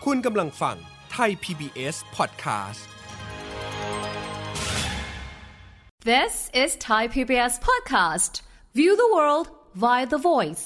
คุณกำลังฟังไทย PBS Podcast This is Thai PBS Podcast. View the world via the voice.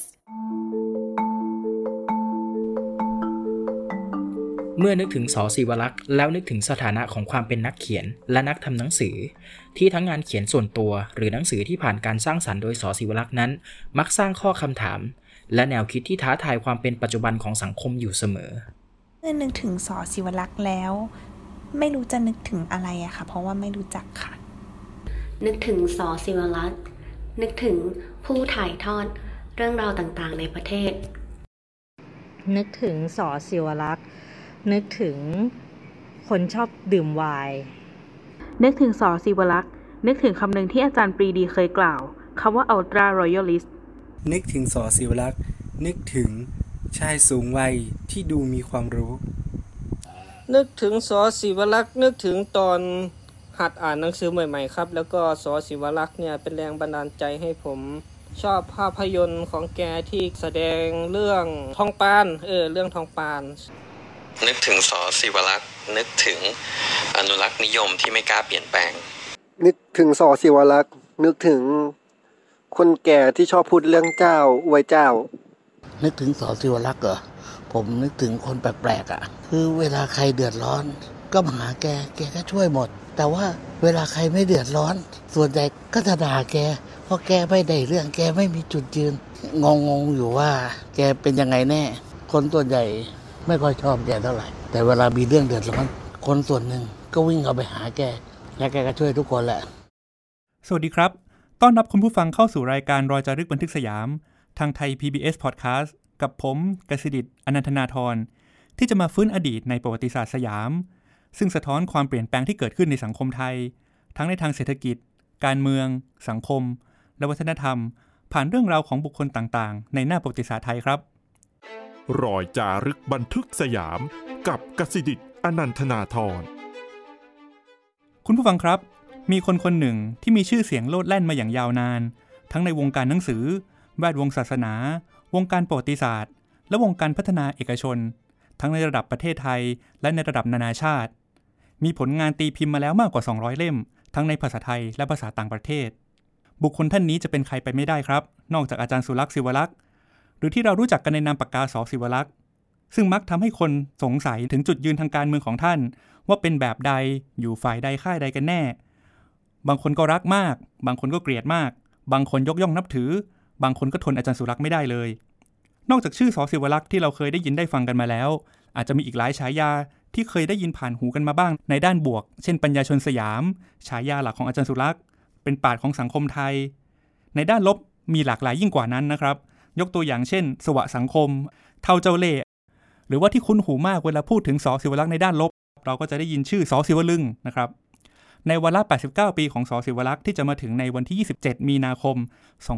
เมื่อนึกถึงส.ศิวลักษณ์แล้วนึกถึงสถานะของความเป็นนักเขียนและนักทำหนังสือที่ทั้งงานเขียนส่วนตัวหรือหนังสือที่ผ่านการสร้างสรรค์โดยส.ศิวลักษณ์นั้นมักสร้างข้อคำถามและแนวคิดที่ท้าทายความเป็นปัจจุบันของสังคมอยู่เสมอเมื่อนึกถึงส.ศิวลักษณ์แล้วไม่รู้จะนึกถึงอะไรอะค่ะเพราะว่าไม่รู้จักค่ะนึกถึงส.ศิวลักษณ์นึกถึงผู้ถ่ายทอดเรื่องราวต่างๆในประเทศนึกถึงส.ศิวลักษณ์นึกถึงคนชอบดื่มไวน์นึกถึงส.ศิวลักษณ์นึกถึงคำหนึ่งที่อาจารย์ปรีดีเคยกล่าวคำว่า Ultra Royalist นึกถึงส.ศิวลักษณ์นึกถึงชายสูงวัยที่ดูมีความรู้นึกถึงส.ศิวลักษณ์นึกถึงตอนหัดอ่านหนังสือใหม่ๆครับแล้วก็ส.ศิวลักษณ์เนี่ยเป็นแรงบันดาลใจให้ผมชอบภาพยนตร์ของแกที่แสดงเรื่องทองปานเรื่องทองปานนึกถึงส.ศิวลักษณ์นึกถึงอนุรักษ์นิยมที่ไม่กล้าเปลี่ยนแปลงนึกถึงส.ศิวลักษณ์นึกถึงคนแก่ที่ชอบพูดเรื่องเจ้าอวยเจ้านึกถึงส.ศิวลักษณ์เหรอผมนึกถึงคนแปลกๆคือเวลาใครเดือดร้อนก็มาหาแกก็ช่วยหมดแต่ว่าเวลาใครไม่เดือดร้อนส่วนใหญ่ก็จะด่าแกเพราะแกไม่ได้เรื่องแกไม่มีจุดยืนงงอยู่ว่าแกเป็นยังไงแน่คนส่วนใหญ่ไม่ค่อยชอบแกเท่าไหร่แต่เวลามีเรื่องเดือดร้อนคนส่วนหนึ่งก็วิ่งเอาไปหาแกและแกก็ช่วยทุกคนแหละสวัสดีครับต้อนรับคุณผู้ฟังเข้าสู่รายการรอยจารึกบันทึกสยามทางไทย PBS Podcast กับผมกสิดิษฐ์อนันทนาธรที่จะมาฟื้นอดีตในประวัติศาสตร์สยามซึ่งสะท้อนความเปลี่ยนแปลงที่เกิดขึ้นในสังคมไทยทั้งในทางเศรษฐกิจการเมืองสังคมและวัฒนธรรมผ่านเรื่องราวของบุคคลต่างๆในหน้าประวัติศาสตร์ไทยครับรอยจารึกบันทึกสยามกับกสิดิษฐ์อนันทนาธรคุณผู้ฟังครับมีคนคนหนึ่งที่มีชื่อเสียงโลดแล่นมาอย่างยาวนานทั้งในวงการหนังสือแวดวงศาสนาวงการประวัติศาสตร์และวงการพัฒนาเอกชนทั้งในระดับประเทศไทยและในระดับนานาชาติมีผลงานตีพิมพ์มาแล้วมากกว่า200เล่มทั้งในภาษาไทยและภาษาต่างประเทศบุคคลท่านนี้จะเป็นใครไปไม่ได้ครับนอกจากอาจารย์สุลักษณ์ศิวลักษณ์หรือที่เรารู้จักกันในนามปากกาส.ศิวลักษณ์ซึ่งมักทำให้คนสงสัยถึงจุดยืนทางการเมืองของท่านว่าเป็นแบบใดอยู่ฝ่ายใดค่ายใดกันแน่บางคนก็รักมากบางคนก็เกลียดมากบางคนยกย่องนับถือบางคนก็ทนอาจารย์สุลักษณ์ไม่ได้เลยนอกจากชื่อส.ศิวลักษณ์ที่เราเคยได้ยินได้ฟังกันมาแล้วอาจจะมีอีกหลายฉายาที่เคยได้ยินผ่านหูกันมาบ้างในด้านบวกเช่นปัญญาชนสยามฉายาหลักของอาจารย์สุลักษณ์เป็นปราชญ์ของสังคมไทยในด้านลบมีหลากหลายยิ่งกว่านั้นนะครับยกตัวอย่างเช่นสวะสังคมเท่าเจ้าเล่ห์หรือว่าที่คุ้นหูมากเวลาพูดถึงส.ศิวลักษณ์ในด้านลบเราก็จะได้ยินชื่อส.ศิวลึงนะครับในวาระ89ปีของส.ศิวลักษณ์ที่จะมาถึงในวันที่27มีนาคม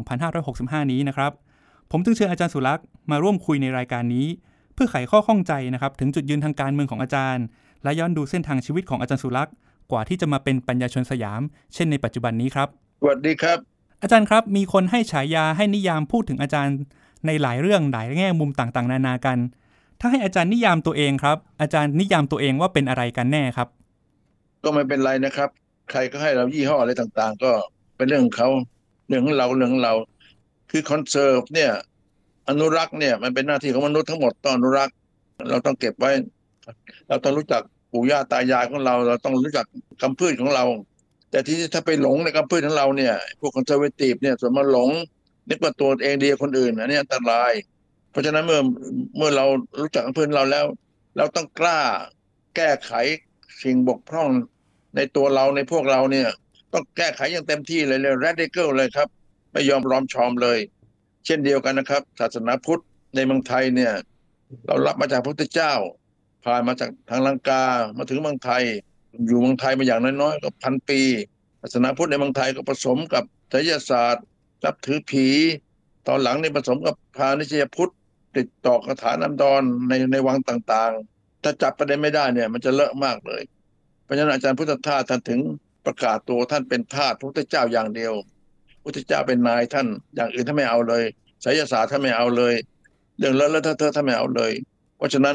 2565นี้นะครับผมจึงเชิญอาจารย์สุลักษณ์มาร่วมคุยในรายการนี้เพื่อไขข้อข้องใจนะครับถึงจุดยืนทางการเมืองของอาจารย์และย้อนดูเส้นทางชีวิตของอาจารย์สุลักษณ์กว่าที่จะมาเป็นปัญญาชนสยามเช่นในปัจจุบันนี้ครับสวัสดีครับอาจารย์ครับมีคนให้ฉายาให้นิยามพูดถึงอาจารย์ในหลายเรื่องหลายแง่มุมต่างๆนานากันถ้าให้อาจารย์นิยามตัวเองครับอาจารย์นิยามตัวเองว่าเป็นอะไรกันแน่ครับก็ไม่เป็นไรนะครับใครก็ให้เรายี่ห้ออะไรต่างๆก็เป็นเรื่องของเขาเรื่องของเราคือคอนเซิร์ฟเนี่ยอนุรักษ์เนี่ยมันเป็นหน้าที่ของมนุษย์ทั้งหมดต้องอนุรักษ์เราต้องเก็บไว้เราต้องรู้จักปู่ย่าตายายของเราต้องรู้จักกำพืชของเราแต่ที่ถ้าไปหลงในกำพืชของเราเนี่ยพวกคอนเซอร์เวทีฟเนี่ยส่วนมาหลงนึกว่าตัวเองดีกว่าคนอื่นอันนี้อันตรายเพราะฉะนั้นเมื่อเรารู้จักกำพืชเราแล้วเราต้องกล้าแก้ไขสิ่งบกพร่องในตัวเราในพวกเราเนี่ยต้องแก้ไขอย่างเต็มที่เลย radical เลยครับไม่ยอมรอมชอมเลยเช่นเดียวกันนะครับศาสนาพุทธในเมืองไทยเนี่ยเรารับมาจากพระพุทธเจ้าผ่านมาจากทางลังกามาถึงเมืองไทยอยู่เมืองไทยมาอย่างน้อยๆก็1,000 ปีศาสนาพุทธในเมืองไทยก็ผสมกับไสยศาสตร์นับถือผีตอนหลังนี่ผสมกับพาณิชยพุทธติดต่อคาถานำดรในวังต่างๆถ้าจับประเด็นไม่ได้เนี่ยมันจะเลอะมากเลยเพราะฉะนั้นอาจารย์พุทธทาสท่านถึงประกาศตัวท่านเป็นทาสพระพุทธเจ้าอย่างเดียวพุทธเจ้าเป็นนายท่านอย่างอื่นท่านไม่เอาเลยไสยศาสตร์ท่านไม่เอาเลยเรื่องเลอะๆเทอะๆท่านไม่เอาเลยเพราะฉะนั้น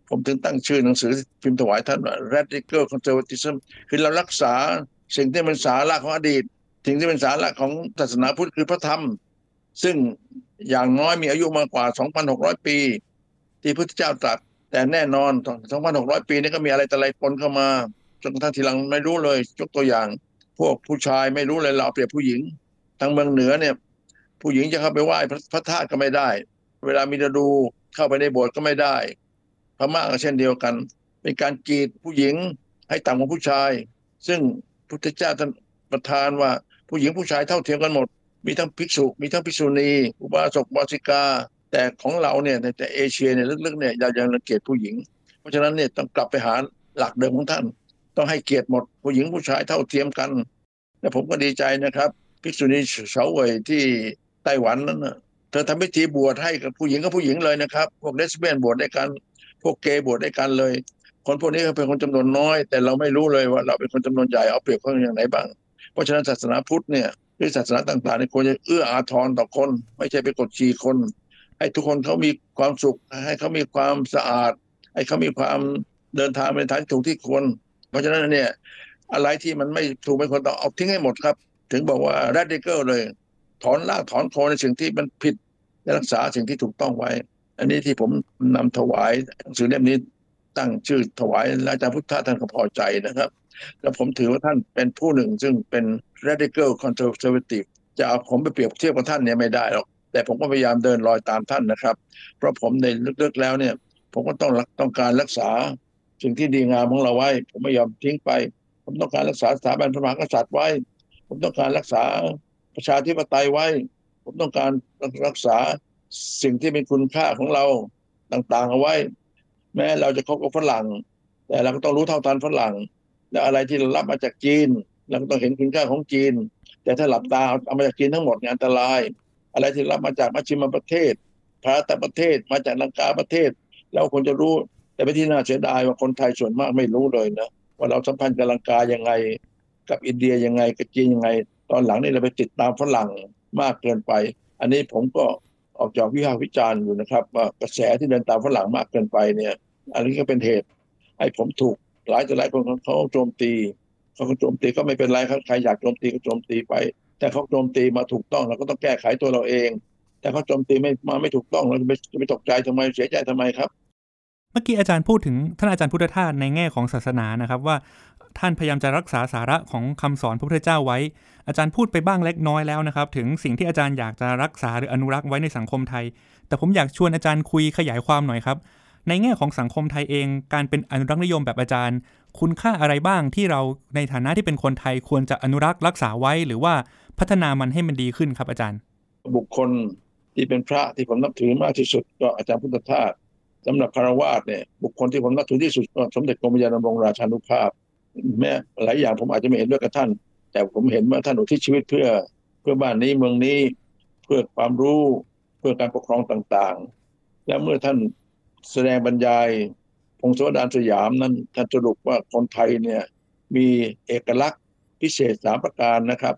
ผมถึงตั้งชื่อหนังสือพิมพ์ถวายท่านว่า Radical Conservatism คือเรารักษาสิ่งที่เป็นสาระของอดีตสิ่งที่เป็นสาระของศาสนาพุทธคือพระธรรมซึ่งอย่างน้อยมีอายุมากกว่า 2,600 ปีที่พระพุทธเจ้าตรัสแต่แน่นอน 2,600 ปีนี้ก็มีอะไรแต่อะไรปนเข้ามาจนกระทั่งทีหลังไม่รู้เลยยกตัวอย่างพวกผู้ชายไม่รู้เลยเราเอาเปรียบผู้หญิงทางเมืองเหนือเนี่ยผู้หญิงจะเข้าไปไหว้พระธาตุก็ไม่ได้เวลามีฤดูเข้าไปในโบสถ์ก็ไม่ได้พม่าก็เช่นเดียวกันเป็นการกีดผู้หญิงให้ต่ำกว่าผู้ชายซึ่งพุทธเจ้าท่านประทานว่าผู้หญิงผู้ชายเท่าเทียมกันหมดมีทั้งภิกษุมีทั้งภิกษุณีอุบาสกอุบาสิกาแต่ของเราเนี่ยแต่เอเชียเนี่ยลึกๆเนี่ยยังรังเกียจผู้หญิงเพราะฉะนั้นเนี่ยต้องกลับไปหาหลักเดิมของท่านต้องให้เกียรติหมดผู้หญิงผู้ชายเท่าเทียมกันและผมก็ดีใจนะครับภิกษุณีเฉาเว่ยที่ไต้หวันนั้นนะเธอทำพิธีบวชให้กับผู้หญิงกับผู้หญิงเลยนะครับพวกเลสเบี้ยนบวชด้วยกันพวกเกย์บวชด้วยกันเลยคนพวกนี้เขาเป็นคนจำนวนน้อยแต่เราไม่รู้เลยว่าเราเป็นคนจำนวนใหญ่เอาเปรียบเขาอย่างไรบ้างเพราะฉะนั้นศาสนาพุทธเนี่ยหรือศาสนาต่างๆเนี่ยควรจะเอื้ออาทรต่อคนไม่ใช่ไปกดขี่คนให้ทุกคนเขามีความสุขให้เขามีความสะอาดให้เขามีความเดินทางในทางถูกที่ควรเพราะฉะนั้นเนี่ยอะไรที่มันไม่ถูกไม่ควรต้องเอาทิ้งให้หมดครับถึงบอกว่า radical เลยถอนรากถอนโคนในสิ่งที่มันผิดและรักษาสิ่งที่ถูกต้องไว้อันนี้ที่ผมนำถวายหนังสือเล่มนี้ตั้งชื่อถวายและอาจารย์พุทธท่านก็พอใจนะครับแล้วผมถือว่าท่านเป็นผู้หนึ่งซึ่งเป็น radical conservative จะเอาผมไปเปรียบเทียบกับท่านเนี่ยไม่ได้หรอกแต่ผมก็พยายามเดินรอยตามท่านนะครับเพราะผมในลึกๆแล้วเนี่ยผมก็ต้องการรักษาสิ่งที่ดีงามของเราไว้ผมไม่ยอมทิ้งไปผมต้องการรักษาสถาบันพระมหากษัตริย์ไว้ผมต้องการรักษาประชาธิปไตยไว้ผมต้องการรักษาสิ่งที่เป็นคุณค่าของเราต่างๆเอาไว้แม้เราจะคบกับฝรั่งแต่เราก็ต้องรู้เท่าทันฝรั่งและอะไรที่เรารับมาจากจีนเราก็ต้องเห็นคุณค่าของจีนแต่ถ้าหลับตาเอามาจากจีนทั้งหมดเนี่ยอันตรายอะไรที่รับมาจากมัชชิมประเทศภารตประเทศมาจากลังกาประเทศเราควรจะรู้แต่เป็นที่น่าเสียดายว่าคนไทยส่วนมากไม่รู้เลยนะว่าเราสัมพันธ์กับลังกายังไงกับอินเดียยังไงกับจีนยังไงตอนหลังนี่เราไปติดตามฝรั่งมากเกินไปอันนี้ผมก็ออกจากวิพากษ์วิจารณ์อยู่นะครับว่ากระแสที่เดินตามฝรั่งมากเกินไปเนี่ยอันนี้ก็เป็นเหตุให้ผมถูกหลายคนเขาโจมตีเขาโจมตีก็ไม่เป็นไรครับใครอยากโจมตีก็โจมตีไปแต่เขาโจมตีมาถูกต้องเราก็ต้องแก้ไขตัวเราเองแต่เขาโจมตีไม่ถูกต้องเราจะไปตกใจทำไมเสียใจทำไมครับเมื่อกี้อาจารย์พูดถึงท่านอาจารย์พุทธทาสในแง่ของศาสนานะครับว่าท่านพยายามจะรักษาสาระของคำสอนพระพุทธเจ้าไว้อาจารย์พูดไปบ้างเล็กน้อยแล้วนะครับถึงสิ่งที่อาจารย์อยากจะรักษาหรืออนุรักษ์ไว้ในสังคมไทยแต่ผมอยากชวนอาจารย์คุยขยายความหน่อยครับในแง่ของสังคมไทยเองการเป็นอนุรักษ์นิยมแบบอาจารย์คุณค่าอะไรบ้างที่เราในฐานะที่เป็นคนไทยควรจะอนุรักษ์รักษาไว้หรือว่าพัฒนามันให้มันดีขึ้นครับอาจารย์บุคคลที่เป็นพระที่ผมนับถือมากที่สุดก็อาจารย์พุทธทาสสำหรับคฤหัสถ์เนี่ยบุคคลที่ผมนับถือที่สุดก็สมเด็จกรมยานดำรงราชานุภาพแม้หลายอย่างผมอาจจะไม่เห็นด้วยกับท่านแต่ผมเห็นว่าท่านอุทิศชีวิตเพื่อบ้านนี้เมืองนี้เพื่อความรู้เพื่อการปกครองต่างๆและเมื่อท่านแสดงบรรยายพงศาวดารสยามนั้นท่านสรุปว่าคนไทยเนี่ยมีเอกลักษณ์พิเศษ3ประการนะครับ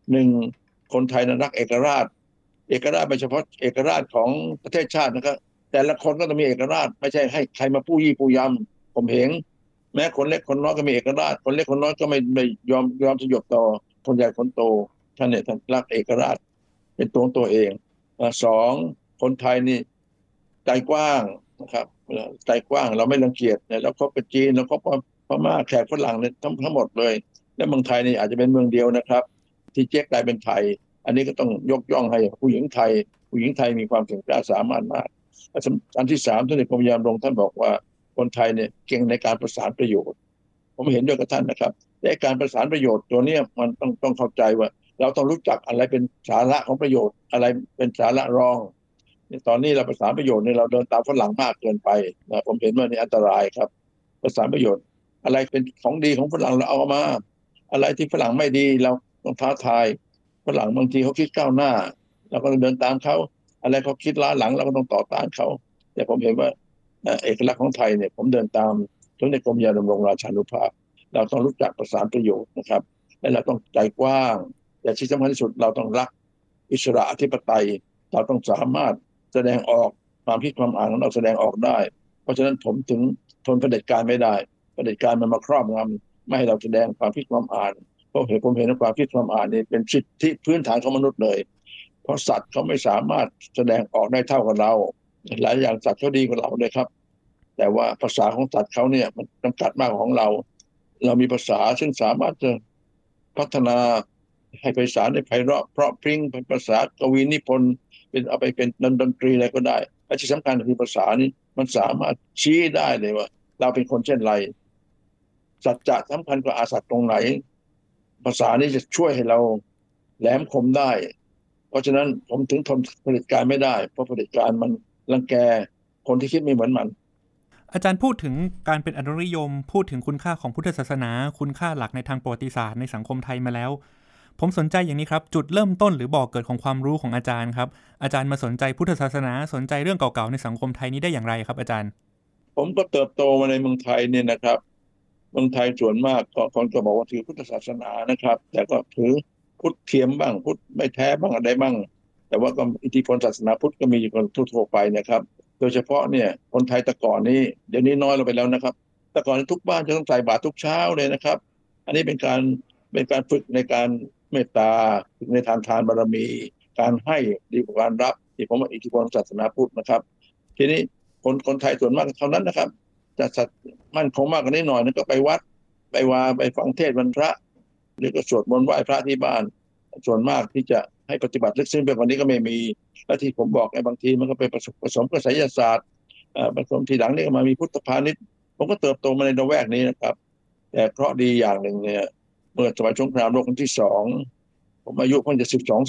1คนไทยนั้นรักเอกราชไม่เฉพาะเอกราชของประเทศชาตินะครับแต่ละคนก็ต้องมีเอกราชไม่ใช่ให้ใครมาปู้ยี่ปู้ยำข่มเหงแม้คนเล็กคนน้อยก็มีเอกราชคนเล็กคนน้อยก็ไม่ยอมสยบต่อคนใหญ่คนโตท่านเนี่ยท่านรักเอกราชเป็นตัวเอง2คนไทยนี่ใจกว้างนะครับใจกว้างเราไม่รังเกียจแล้วคบกับจีนแล้วคบพม่าแขกฝรั่งเนี่ยทั้งหมดเลยและเมืองไทยนี่อาจจะเป็นเมืองเดียวนะครับที่แยกกลายเป็นไทยอันนี้ก็ต้องยกย่องให้ผู้หญิงไทยมีความเก่งกล้าสามารถมากอันที่3ท่านกรมยานดำรงท่านบอกว่าคนไทยเนี่ยเก่งในการประสานประโยชน์ผมเห็นด้วยกับท่านนะครับแต่การประสานประโยชน์ตัวนี้มันต้องเข้าใจว่าเราต้องรู้จักอะไรเป็นสาระของประโยชน์อะไรเป็นสาระรองตอนนี้เราประสานประโยชน์เนี่ยเราเดินตามฝรั่งมากเกินไปนะผมเห็นว่านี่อันตรายครับประสานประโยชน์อะไรเป็นของดีของฝรั่งเราเอามาอะไรที่ฝรั่งไม่ดีเราต้องท้าทายฝรั่งบางทีเขาคิดก้าวหน้าเราก็ต้องเดินตามเขาอะไรเขาคิดล้าหลังเราก็ต้องต่อต้านเขาแต่ผมเห็นว่าเอกลักษณ์ของไทยเนี่ยผมเดินตามสมเด็จกรมยานดำรงราชานุภาพเราต้องรู้จักประสานประโยชน์นะครับและเราต้องใจกว้างแต่ที่สำคัญที่สุดเราต้องรักอิสระอธิปไตยเราต้องสามารถแสดงออกความคิดความอ่านของเราแสดงออกได้เพราะฉะนั้นผมถึงทนเผด็จการไม่ได้เผด็จการมันมาครอบงำไม่ให้เราแสดงความคิดความอ่านเพราะผมเห็นว่าความคิดความอ่านนี่เป็นสิทธิพื้นฐานของมนุษย์เลยเพราะสัตว์เขาไม่สามารถแสดงออกได้เท่ากับเราหลายอย่างสัตว์เขาดีกว่าเราเลยครับแต่ว่าภาษาของสัตว์เขาเนี่ยมันจำกัดมากกว่าของเรามีภาษาซึ่งสามารถจะพัฒนาให้ภาษาได้ไพเราะเพราะพริ้งเป็นภาษากวีนิพนธ์เป็นเอาไปเป็นดนตรีอะไรก็ได้และที่สำคัญคือภาษานี้มันสามารถชี้ได้เลยว่าเราเป็นคนเช่นไรสัจจะสำคัญกว่าอาสัตว์ตรงไหนภาษานี้จะช่วยให้เราแหลมคมได้เพราะฉะนั้นผมถึงทนเผด็จการไม่ได้เพราะเผด็จการมันรังแกคนที่คิดไม่เหมือนมันอาจารย์พูดถึงการเป็นอนุรักษ์นิยมพูดถึงคุณค่าของพุทธศาสนาคุณค่าหลักในทางประวัติศาสตร์ในสังคมไทยมาแล้วผมสนใจอย่างนี้ครับจุดเริ่มต้นหรือบ่อเกิดของความรู้ของอาจารย์ครับอาจารย์มาสนใจพุทธศาสนาสนใจเรื่องเก่าๆในสังคมไทยนี้ได้อย่างไรครับอาจารย์ผมก็เติบโตมาในเมืองไทยเนี่ยนะครับเมืองไทยส่วนมากคนก็บอกว่าถือพุทธศาสนานะครับแต่ก็ถือพุทธเทียมบ้างพุทธไม่แท้บ้างอะไรบ้างแต่ว่าก็อิทธิพลศาสนาพุทธก็มีอยู่คนทั่วไปนะครับโดยเฉพาะเนี่ยคนไทยแต่ก่อนนี้เดี๋ยวนี้น้อยลงไปแล้วนะครับแต่ก่อนทุกบ้านจะต้องใส่บาตรทุกเช้าเลยนะครับอันนี้เป็นการฝึกในการเมตตาฝึกในทานบารมีการให้ดีกว่าการรับที่ผมว่าอิทธิพลศาสนาพุทธนะครับทีนี้คนไทยส่วนมากเท่านั้นนะครับจะสัตย์มั่นคงมากกว่านี้หน่อยนึงก็ไปวัดไปฟังเทศน์วันพระหรือก็สวดมนต์ไหว้พระที่บ้านส่วนมากที่จะให้ปฏิบัติลึกซึ้งไปกว่านี้ก็ไม่มีและที่ผมบอกบางทีมันก็ไปผสมกับไสยศาสตร์ผสมทีหลังนี่ก็มามีพุทธพาณิชย์ผมก็เติบโตมาในละแวกนี้นะครับแต่เคราะห์ดีอย่างหนึ่งเนี่ยเมื่อสมัยสงครามโลกครั้งที่2ผมอายุเพิ่งจะ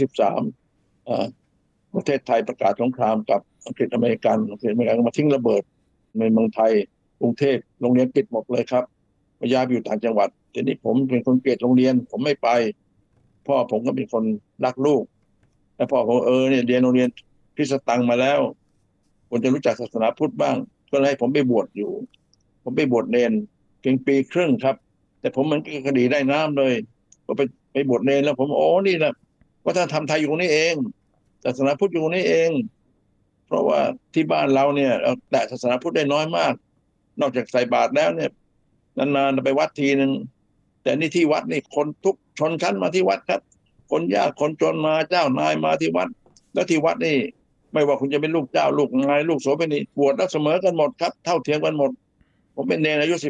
12-13ประเทศไทยประกาศสงครามกับอังกฤษอเมริกันก็มาทิ้งระเบิดในเมืองไทยกรุงเทพโรงเรียนปิดหมดเลยครับมาย้ายไปอยู่ต่างจังหวัดทีนี้ผมเป็นคนเกลียดโรงเรียนผมไม่ไปพ่อผมก็เป็นคนรักลูกแต่พ่อผมเนี่ยเรียนโรงเรียนพิสตังมาแล้วผมจะรู้จักศาสนาพุทธบ้างก็เลยให้ผมไปบวชอยู่ผมไปบวชเนรเพียงปีครึ่งครับแต่ผมมันคดีได้น้ำเลยก็ไปบวชเนรแล้วผมนี่แหละวัฒนธรรมไทยอยู่นี่เองศาสนาพุทธอยู่นี่เองเพราะว่าที่บ้านเราเนี่ยแต่ศาสนาพุทธได้น้อยมากนอกจากใส่บาตรแล้วเนี่ยนานๆไปวัดทีนึงแต่นี่ที่วัดนี่คนทุกชนชั้นมาที่วัดครับคนยากคนจนมาเจ้านายมาที่วัดแล้วที่วัดนี่ไม่ว่าคุณจะเป็นลูกเจ้าลูกนายลูกโสเภณีบวชแล้วเสมอกันหมดครับเท่าเทียมกันหมดผมเป็นเนรอายุ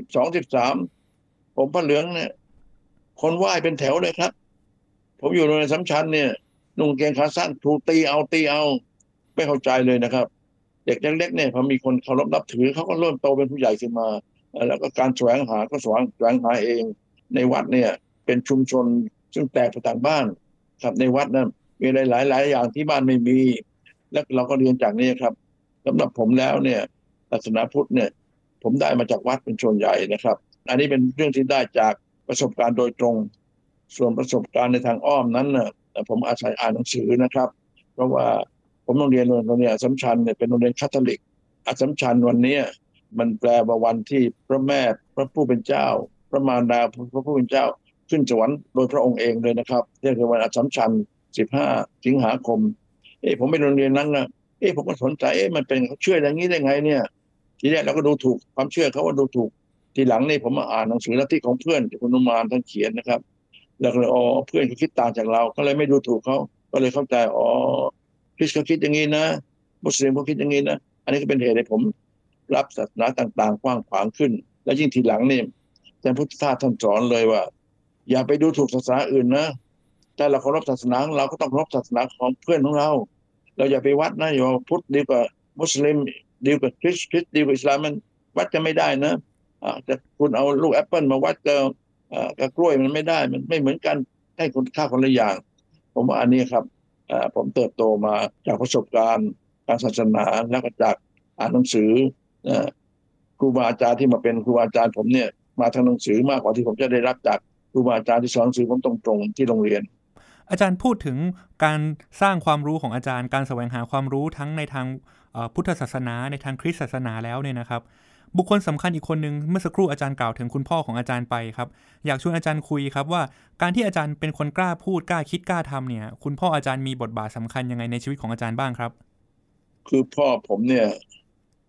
12-13ผมผ้าเหลืองเนี่ยคนไหว้เป็นแถวเลยครับผมอยู่โรงเรียนสัมชัญเนี่ยนุ่งกางเกงขาสั้นถูกตีเอาไม่เข้าใจเลยนะครับเด็กเล็กๆเนี่ยพอมีคนเคารพนับถือเขาก็เริ่มโตเป็นผู้ใหญ่ขึ้นมาแล้วก็การแสวงหาก็แสวงหาเองในวัดเนี่ยเป็นชุมชนซึ่งแตกไปต่างบ้านครับในวัดนั้นมีหลายอย่างที่บ้านไม่มีแล้วเราก็เรียนจากนี้ครับสำหรับผมแล้วเนี่ยศาสนาพุทธเนี่ยผมได้มาจากวัดเป็นส่วนใหญ่นะครับอันนี้เป็นเรื่องที่ได้จากประสบการณ์โดยตรงส่วนประสบการณ์ในทางอ้อมนั้นน่ะผมอาศัยอ่านหนังสือนะครับเพราะว่าผมต้องเรียนโรงเรียนอัสสัมชัญเนี่ยเป็นโรงเรียนคาทอลิกอัสสัมชัญวันนี้มันแปลว่าวันที่พระแม่พระผู้เป็นเจ้าพระมารดาพระผู้เป็นเจ้าขึ้นสวรรค์โดยพระองค์เองเลยนะครับเรียกว่าวันอัสสัมชัญ15 สิงหาคมผมไปโรงเรียนนั้นนะผมก็สนใจมันเป็นเขาเชื่ออย่างนี้ได้ไงเนี่ยทีแรกเราก็ดูถูกความเชื่อเขาว่าดูถูกทีหลังนี่ผมมาอ่านหนังสือลัทธิของเพื่อนคุณนุมานท่านเขียนนะครับแล้วก็เลยเพื่อนเขาคิดต่างจากเราก็เลยไม่ดูถูกเขาก็เลยเข้าใจคริสต์เขาคิดอย่างนี้นะมุสลิมเขาคิดอย่างนี้นะอันนี้ก็เป็นเหตุให้ผมรับศาสนาต่างๆกว้างขวางขึ้นและยิ่งทีหลังนี่อาจารย์พุทธทาสท่านสอนเลยว่าอย่าไปดูถูกศาสนาอื่นนะถ้าเราเคารพศาสนาของเราก็ต้องเคารพศาสนาของเพื่อนของเราอย่าไปวัดนะอย่าพุทธดีกว่ามุสลิมดีกว่าคริสต์ดีกว่าอิสลามมันวัดจะไม่ได้นะแต่คุณเอาลูกแอปเปิลมาวัดกับกล้วยมันไม่ได้มันไม่เหมือนกันให้คุณค่าคนละอย่างผมว่าอันนี้ครับผมเติบโตมาจากประสบการณ์การศาสนาแล้วก็จากอ่านหนังสือครูบาอาจารย์ที่มาเป็นครูบาอาจารย์ผมเนี่ยมาทางหนังสือมากกว่าที่ผมจะได้รับจากครูบาอาจารย์ที่สอนหนังสือผมตรงๆที่โรงเรียนอาจารย์พูดถึงการสร้างความรู้ของอาจารย์การแสวงหาความรู้ทั้งในทางพุทธศาสนาในทางคริสต์ศาสนาแล้วเนี่ยนะครับบุคคลสำคัญอีกคนนึงเมื่อสักครู่อาจารย์กล่าวถึงคุณพ่อของอาจารย์ไปครับอยากชวนอาจารย์คุยครับว่าการที่อาจารย์เป็นคนกล้าพูดกล้าคิดกล้าทำเนี่ยคุณพ่ออาจารย์มีบทบาทสำคัญยังไงในชีวิตของอาจารย์บ้างครับคือพ่อผมเนี่ย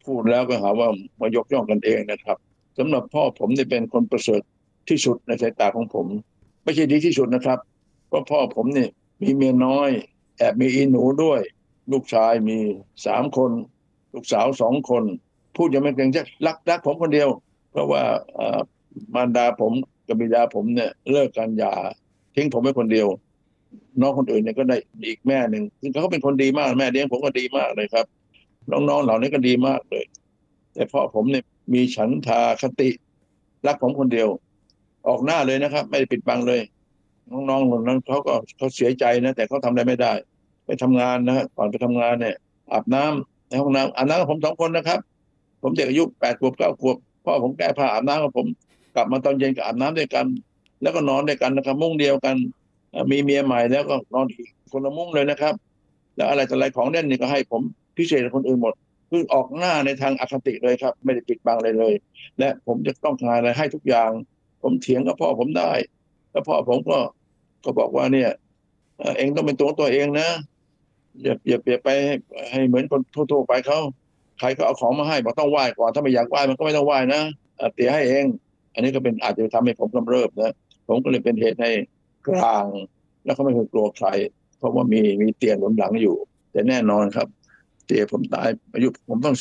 พูดแล้วก็หาว่ามายกย่องกันเองนะครับสำหรับพ่อผมเนี่ยเป็นคนประเสริฐที่สุดในสายตาของผมไม่ใช่ดีที่สุดนะครับเพราะพ่อผมเนี่ยมีเมียน้อยแอบมีอีหนูด้วยลูกชายมี3 คนลูกสาว2 คนพูดยังไม่เกรงใจรักผมคนเดียวเพราะว่ามารดาผมกับบิดาผมเนี่ยเลิกกันหย่าทิ้งผมไว้คนเดียวน้องคนอื่นเนี่ยก็ได้อีกแม่หนึ่งซึ่งเขาเป็นคนดีมากแม่เลี้ยงผมก็ดีมากเลยครับน้องๆเหล่านี้ก็ดีมากเลยแต่พ่อผมเนี่ยมีฉันทาคติรักผมคนเดียวออกหน้าเลยนะครับไม่ได้ปิดบังเลยน้องๆคนนั้นเขาเสียใจนะแต่เขาทำอะไรไม่ได้ไปทำงานนะก่อนไปทำงานเนี่ยอาบน้ำในห้องน้ำอาบน้ำกับผม2 คนนะครับผมเด็กอายุ8 ขวบ 9 ขวบพ่อผมแก้ผ้าอาบน้ำกับผมกลับมาตอนเย็นก็อาบน้ำด้วยกันแล้วก็นอนด้วยกันนะครับมุ้งเดียวกันมีเมียใหม่แล้วก็นอนอีกคนละมุ้งเลยนะครับแล้วอะไรต่ออะไรของเล่นนี่ก็ให้ผมพิเศษกว่าคนอื่นหมดคือออกหน้าในทางอคติเลยครับไม่ได้ปิดบังอะไรเลยและผมจะต้องการอะไรให้ทุกอย่างผมเถียงกับพ่อผมได้แล้วพ่อผมก็บอกว่าเนี่ยเองต้องเป็นตัวเองนะอย่าไปให้เหมือนคนทั่วไปเขาใครก็เอาของมาให้บอกต้องไหว้ก่อนถ้าไม่อยากไหว้มันก็ไม่ต้องไหว้นะเตี๋ยให้เองอันนี้ก็เป็นอาจจะทำให้ผมกำเริบนะผมก็เลยเป็นเหตุให้กลางแล้วก็ไม่เคยกลัวใครเพราะว่ามีเตียงหนุนหลังอยู่แต่แน่นอนครับเตี๋ยผมตายอายุผมต้อง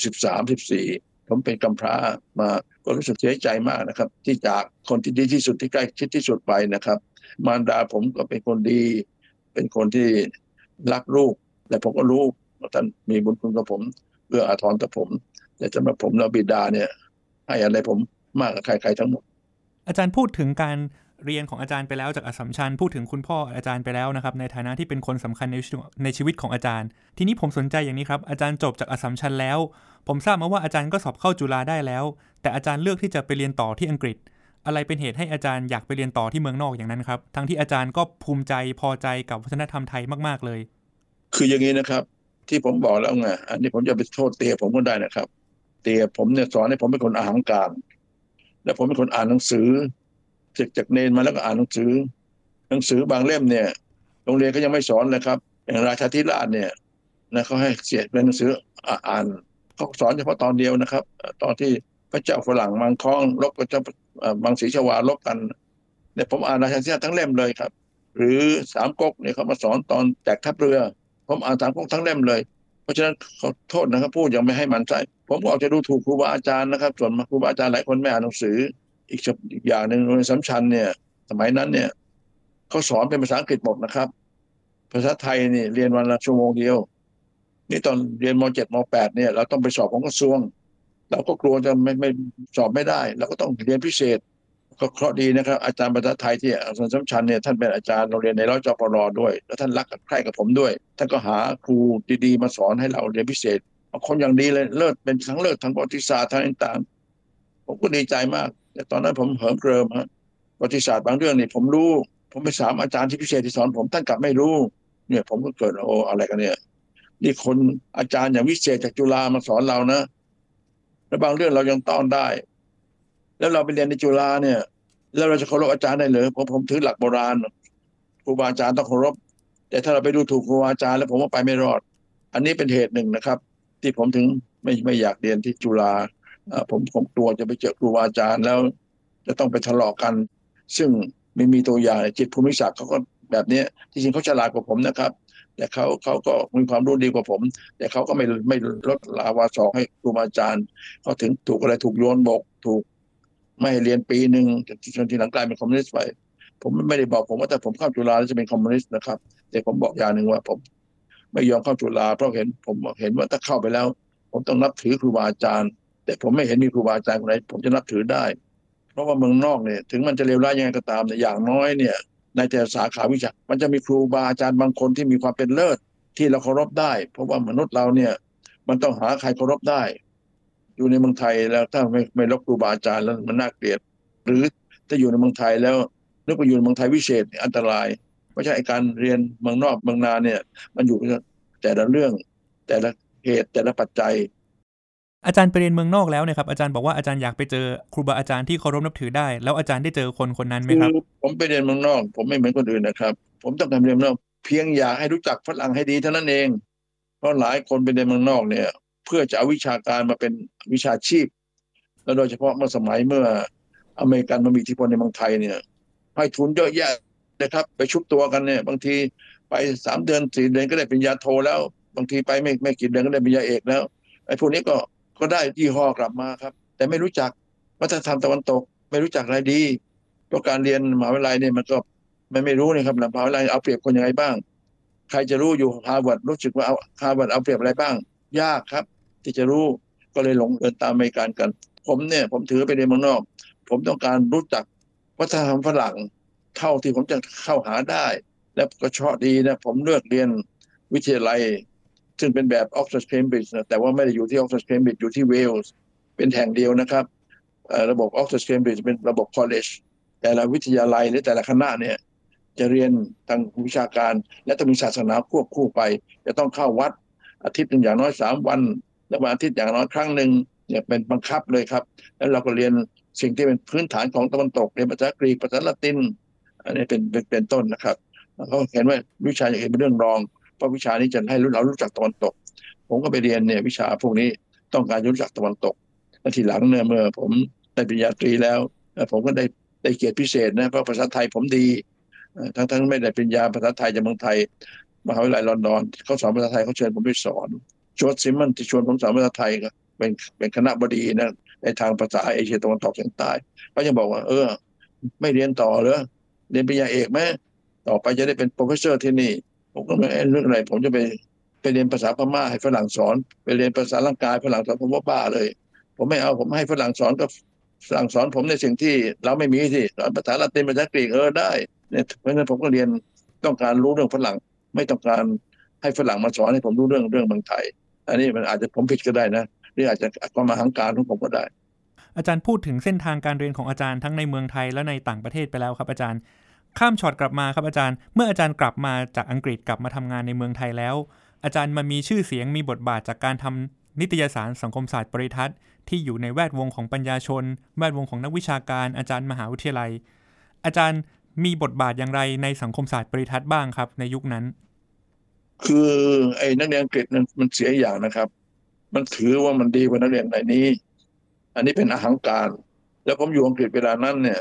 13-14ผมเป็นกำพร้ามาก็รู้สึกเสียใจมากนะครับที่จากคนที่ดีที่สุดที่ใกล้ชิดที่สุดไปนะครับมารดาผมก็เป็นคนดีเป็นคนที่รักลูกแต่ผมก็รู้ว่าท่านมีบุญคุณกับผมเอื้ออาทรต่อผมแต่สำหรับผมแล้วบิดาเนี่ยให้อะไรผมมากกว่าใครๆทั้งหมดอาจารย์พูดถึงการเรียนของอาจารย์ไปแล้วจากอัสสัมชัญพูดถึงคุณพ่ออาจารย์ไปแล้วนะครับในฐานะที่เป็นคนสำคัญในชีวิตของอาจารย์ทีนี้ผมสนใจอย่างนี้ครับอาจารย์จบจากอัสสัมชัญแล้วผมทราบมาว่าอาจารย์ก็สอบเข้าจุฬาได้แล้วแต่อาจารย์เลือกที่จะไปเรียนต่อที่อังกฤษอะไรเป็นเหตุให้อาจารย์อยากไปเรียนต่อที่เมืองนอกอย่างนั้นครับทั้งที่อาจารย์ก็ภูมิใจพอใจกับวัฒนธรรมไทยมากๆเลยคืออย่างนี้นะครับที่ผมบอกแล้วไงอันนี้ผมจะไปโทษเตียผมก็ได้นะครับเตียผมเนี่ยสอนให้ผมเป็นคนอหังการและผมเป็นคนอ่านหนังสือศึกจากเนรมาแล้วก็อ่านหนังสือบางเล่มเนี่ยโรงเรียนก็ยังไม่สอนเลยครับอย่างราชาธิราชเนี่ยนะเขาให้เสียเป็นหนังสืออ่านเขาสอนเฉพาะตอนเดียวนะครับตอนที่พระเจ้าฝรั่งมังค้องรบกับเจ้าบางศรีชวาลบกันเนี่ยผมอ่านราชาธิราชทั้งเล่มเลยครับหรือสามก๊กเนี่ยเขามาสอนตอนแจกทัพเรือผมอ่านสามก๊กทั้งเล่มเลยเพราะฉะนั้นขอโทษนะครับพูดยังไม่ให้มันใจผมก็อาจจะดูถูกครูบาอาจารย์นะครับส่วนครูบาอาจารย์หลายคนไม่อ่านหนังสืออีกอย่างหนึ่งโรงเรียนสัมชัญเนี่ยสมัยนั้นเนี่ยเขาสอนเป็นภาษาอังกฤษหมดนะครับภาษาไทยนี่เรียนวันละชั่วโมงเดียวนี่ตอนเรียนม.7 ม.8 เนี่ยเราต้องไปสอบของกระทรวงเราก็กลัวจะไม่สอบไม่ได้เราก็ต้องเรียนพิเศษก็เคราะห์ดีนะครับอาจารย์ภาษาไทยที่โรงเรียนสัมชัญเนี่ยท่านเป็นอาจารย์โรงเรียนในร้อยจปร.ด้วยแล้วท่านรักใคร่กับผมด้วยท่านก็หาครูดีๆมาสอนให้เราเรียนพิเศษคนอย่างดีเลยเลิศเป็นทั้งเลิศทั้งประวัติศาสตร์ทั้งต่างๆผมก็ดีใจมากแต่ตอนนั้นผมเหิมเกริมฮะประวัติศาสตร์บางเรื่องนี่ผมรู้ผมไปถามอาจารย์ที่พิเศษที่สอนผมท่านกลับไม่รู้เนี่ยผมก็เกิดอะไรกันเนี่ยนี่คนอาจารย์อย่างวิเศษจากจุฬามาสอนเรานะแล้วบางเรื่องเรายังต้อนได้แล้วเราไปเรียนในจุฬาเนี่ยแล้วเราจะเคารพอาจารย์ได้เลยผมถือหลักโบราณครูบาอาจารย์ต้องเคารพแต่ถ้าเราไปดูถูกครูบาอาจารย์แล้วผมว่าไปไม่รอดอันนี้เป็นเหตุหนึ่งนะครับที่ผมถึงไม่อยากเรียนที่จุฬาผมกลัวจะไปเจอครูบาอาจารย์แล้วจะต้องไปทะเลาะกันซึ่งไม่มีตัวอย่างจิตภูมิศักดิ์เขาก็แบบนี้จริงๆเขาฉลาดกว่าผมนะครับแต่เขาก็มีความรู้ดีกว่าผมแต่เขาก็ไม่ลดลาวาสอกให้ครูบาอาจารย์เขาถึงถูกอะไรถูกโยนบกถูกไม่เรียนปีหนึ่งจนทีหลังกลายเป็นคอมมิวนิสต์ไปผมไม่ได้บอกผมว่าแต่ผมเข้าจุฬาแล้วจะเป็นคอมมิวนิสต์นะครับแต่ผมบอกอย่างหนึ่งว่าผมไม่ยอมเข้าจุฬาเพราะผมเห็นว่าถ้าเข้าไปแล้วผมต้องนับถือครูบาอาจารย์แต่ผมไม่เห็นมีครูบาอาจารย์คนไหนผมจะนับถือได้เพราะว่าเมืองนอกเนี่ยถึงมันจะเลวร้ายยังไงก็ตามแต่อย่างน้อยเนี่ยในแต่สาขาวิชามันจะมีครูบาอาจารย์บางคนที่มีความเป็นเลิศที่เราเคารพได้เพราะว่ามนุษย์เราเนี่ยมันต้องหาใครเคารพได้อยู่ในเมืองไทยแล้วถ้าไม่รบครูบาอาจารย์แล้วมันน่าเกลียดหรือถ้าอยู่ในเมืองไทยแล้วนึกว่าอยู่ในเมืองไทยวิเศษอันตรายไม่ใช่การเรียนเมืองนอกเมืองนาเนี่ยมันอยู่แต่ละเรื่องแต่ละเหตุแต่ละปัจจัยอาจารย์ไปเรียนเมืองนอกแล้วเนี่ยครับอาจารย์บอกว่าอาจารย์อยากไปเจอครูบาอาจารย์ที่เคารพนับถือได้แล้วอาจารย์ได้เจอคนนั้นไหมครับผมไปเรียนเมืองนอกผมไม่เหมือนคนอื่นนะครับผมต้องการเรียนเมืองนอกเพียงอยากให้รู้จักฝรั่งให้ดีเท่านั้นเองเพราะหลายคนไปเรียนเมืองนอกเนี่ยเพื่อจะเอาวิชาการมาเป็นวิชาชีพแล้วโดยเฉพาะเมื่อสมัยเมื่ออเมริกันมามีอิทธิพลในเมืองไทยเนี่ยให้ทุนเยอะแยะนะครับไปชุบตัวกันเนี่ยบางทีไป3 เดือน 4 เดือนก็ได้ปริญญาโทแล้วบางทีไปไม่กี่เดือนก็ได้ปริญญาเอกแล้วไอ้พวกนี้ก็ได้ยี่ห้อกลับมาครับแต่ไม่รู้จักวัฒนธรรมตะวันตกไม่รู้จักอะไรดีเพราะการเรียนมหาวิทยาลัยเนี่ยมันก็ไม่รู้นะครับมหาวิทยาลัยเอาเปรียบคนยังไงบ้างใครจะรู้อยู่ฮาร์วาร์ดรู้สึกว่าฮาร์วาร์ดเอาเปรียบอะไรบ้างยากครับที่จะรู้ก็เลยหลงเดินตามอเมริกันกันผมถือไปเรียนเมืองนอกผมต้องการรู้จักวัฒนธรรมฝรั่งเท่าที่ผมจะเข้าหาได้และก็โชคดีนะผมเลือกเรียนวิทยาลัยซึ่งเป็นแบบ Oxford Cambridge นะแต่ว่าไม่ได้อยู่ที่ Oxford Cambridge อยู่ที่เวลส์เป็นแห่งเดียวนะครับระบบ Oxford Cambridge เป็นระบบ college แต่ละวิทยาลัยหรือแต่ละคณะเนี่ยจะเรียนทางวิชาการและต้องมีศาสนาควบคู่ไปจะต้องเข้าวัดอาทิตย์หนึ่งอย่างน้อย3 วันและวันอาทิตย์อย่างน้อยครั้งหนึ่งเนี่ยเป็นบังคับเลยครับแล้วเราก็เรียนสิ่งที่เป็นพื้นฐานของตะวันตกเรียนภาษากรีกภาษาละตินอันนี้เป็นต้นนะครับเขาเห็นว่าวิชาอย่างอื่นเป็นเรื่องรองเพราะวิชานี้จะให้เรารู้จักตะวันตกผมก็ไปเรียนเนี่ยวิชาพวกนี้ต้องการรู้จักตะวันตกและทีหลังเนี่ยเมื่อผมได้ปริญญาตรีแล้วผมก็ได้เกียรติพิเศษนะเพราะภาษาไทยผมดีทั้งไม่ได้ปริญญาภาษาไทยจากเมืองไทยมหาวิทยาลัยลอนดอนเขาสอนภาษาไทยเขาเชิญผมไปสอนจอร์จซิมมอนที่ชวนผมสอนภาษาไทยก็เป็นคณะบดีนะในทางภาษาเอเชียตะวันตกเฉียงใต้เขาจะบอกว่าไม่เรียนต่อเหรอเรียนปริญญาเอกไหมต่อไปจะได้เป็นโปรเฟสเซอร์ที่นี่ผมก็ไม่เรื่องอะไรผมจะไปเรียนภาษาพม่าให้ฝรั่งสอนไปเรียนภาษาลังกาฝรั่งสอนผมว่าบ้าเลยผมไม่เอาผมให้ฝรั่งสอนก็ฝรั่งสอนผมในสิ่งที่เราไม่มีที่สอนภาษาละตินภาษากรีกได้เนี่ยเพราะฉะนั้นผมก็เรียนต้องการรู้เรื่องฝรั่งไม่ต้องการให้ฝรั่งมาสอนให้ผมรู้เรื่องเมืองไทยอันนี้มันอาจจะผมผิดก็ได้นะหรืออาจจะความอหังการของผมก็ได้อาจารย์พูดถึงเส้นทางการเรียนของอาจารย์ทั้งในเมืองไทยและในต่างประเทศไปแล้วครับอาจารย์ข้ามช็อตกลับมาครับอาจารย์เมื่ออาจารย์กลับมาจากอังกฤษกลับมาทำงานในเมืองไทยแล้วอาจารย์มามีชื่อเสียงมีบทบาทจากการทำนิตยสารสังคมศาสตร์ปริทัศน์ที่อยู่ในแวดวงของปัญญาชนแวดวงของนักวิชาการอาจารย์มหาวิทยาลัยอาจารย์มีบทบาทอย่างไรในสังคมศาสตร์ปริทัศน์บ้างครับในยุคนั้นคือไอ้นักเรียนอังกฤษนั้นมันเสียอย่างนะครับมันถือว่ามันดีกว่านักเรียนในนี้อันนี้เป็นอหังการแล้วผมอยู่อังกฤษเวลานั้นเนี่ย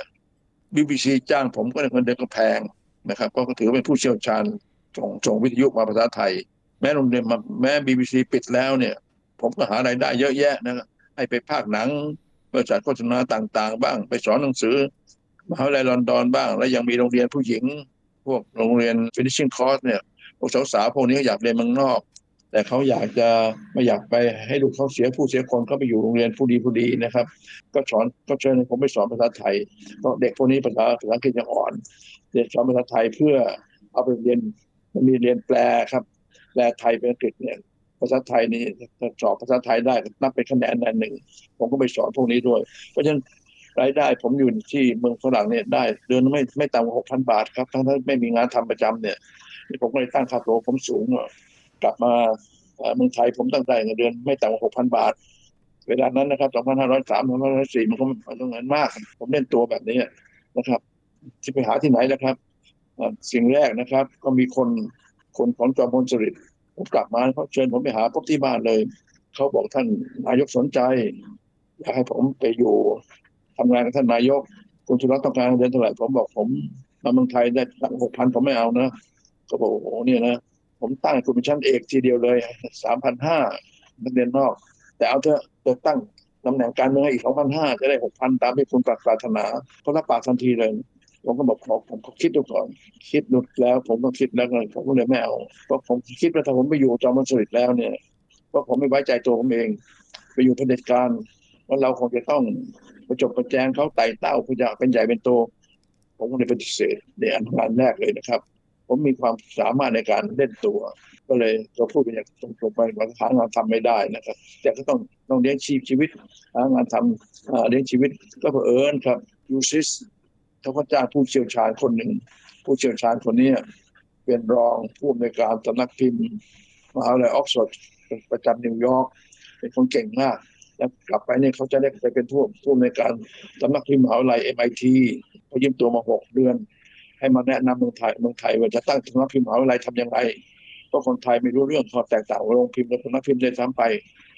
BBC จ้างผมก็เงินเดือนก็แพงนะครับก็ถือเป็นผู้เชี่ยวชาญส่งวิทยุมาภาษาไทยแม้โรงเรียนแม้ BBC ปิดแล้วเนี่ยผมก็หารายได้เยอะแยะนะให้ไปพากย์หนังบริษัทโฆษณาต่างๆบ้างไปสอนหนังสือมหาวิทยาลัยลอนดอนบ้างแล้วยังมีโรงเรียนผู้หญิงพวกโรงเรียน finishing course เนี่ยพวกสาวๆพวกนี้อยากเรียนเมืองนอกแต่เขาไม่อยากไปให้ลูกเขาเสียคนเขาไปอยู่โรงเรียนผู้ดีนะครับก็เชิญผมไปสอนภาษาไทยก็เด็กพวกนี้ภาษาอังกฤษยังอ่อนเรียนสอนภาษาไทยเพื่อเอาไปเรียนมันมีเรียนแปลครับแปลไทยเป็นอังกฤษเนี่ยภาษาไทยนี่สอบภาษาไทยได้นับเป็นคะแนนหนึ่งผมก็ไปสอนพวกนี้ด้วยเพราะฉะนั้นรายได้ผมอยู่ที่เมืองฝรั่งเนี่ยได้เดือนไม่ต่ำกว่า 6,000 บาทครับทั้งไม่มีงานทำประจำเนี่ยผมก็เลยตั้งค่าตัวผมสูงกลับมาเมืองไทยผมตั้งใจเงินเดือนไม่ต่ำกว่า 6,000 บาทเวลานั้นนะครับ2503 2504มันก็ต้องเงินมากผมเล่นตัวแบบนี้นะครับจะไปหาที่ไหนล่ะครับสิ่งแรกนะครับก็มีคนของจอมพลสฤษดิ์ผมกลับมาเขาเชิญผมไปหาพบที่บ้านเลยเขาบอกท่านนายกสนใจอยากให้ผมไปอยู่ทำงานกับท่านนายกคุณสุรัตน์ต้องการเดือนเท่าไหร่ผมบอกผมมาเมืองไทยได้ 6,000 ผมไม่เอานะก็บอกโอ้โหเนี่ยนะผมตั้งคุณเป็นชั้นเอกทีเดียวเลย 3,500 นักเรียนนอกแต่เอาเถอะจะตั้งตำแหน่งการเมืองให้อีก 2,500 จะได้ 6,000 ตามที่คุณปรารถนาเขารับปากทันทีเลยผมก็บอกผมคิดดูก่อนคิดดูแล้วผมก็คิดแล้วผมก็เลยไม่เอาเพราะผมคิดว่าถ้าผมไปอยู่จอมพลสฤษดิ์แล้วเนี่ยเพราะผมไม่ไว้ใจตัวผมเองไปอยู่เผด็จการว่าเราคงจะต้องประจบประแจงเขาไต่เต้าเพื่อจะเป็นใหญ่เป็นโตผมก็เลยปฏิเสธในอันแรกเลยนะครับผมมีความสามารถในการเล่นตัวก็เลยเราพูดกันอย่างตรงๆไปว่าหางานทำไม่ได้นะครับแต่ก็ต้องเลี้ยงชีวิตหางานทำเลี้ยงชีวิตก็เผอิญครับยูซิสเขาก็จ้างผู้เชี่ยวชาญคนหนึ่งผู้เชี่ยวชาญคนนี้เป็นรองผู้อำนวยการสำนักพิมพ์มหาวิทยาลัยออกซฟอร์ดประจำนิวยอร์กเป็นคนเก่งมากแล้วกลับไปเนี่ยเขาจะได้ไปเป็นผู้อำนวยการสำนักพิมพ์มหาวิทยาลัย MIT เขายืมตัวมา6 เดือนให้มาแนะนำเมืองไทยว่าจะตั้งสำนักพิมพ์มหาวิทยาลัยทำยังไงเพราะคนไทยไม่รู้เรื่องข้อแตกต่างโรงพิมพ์และสำนักพิมพ์ได้ซ้ำไป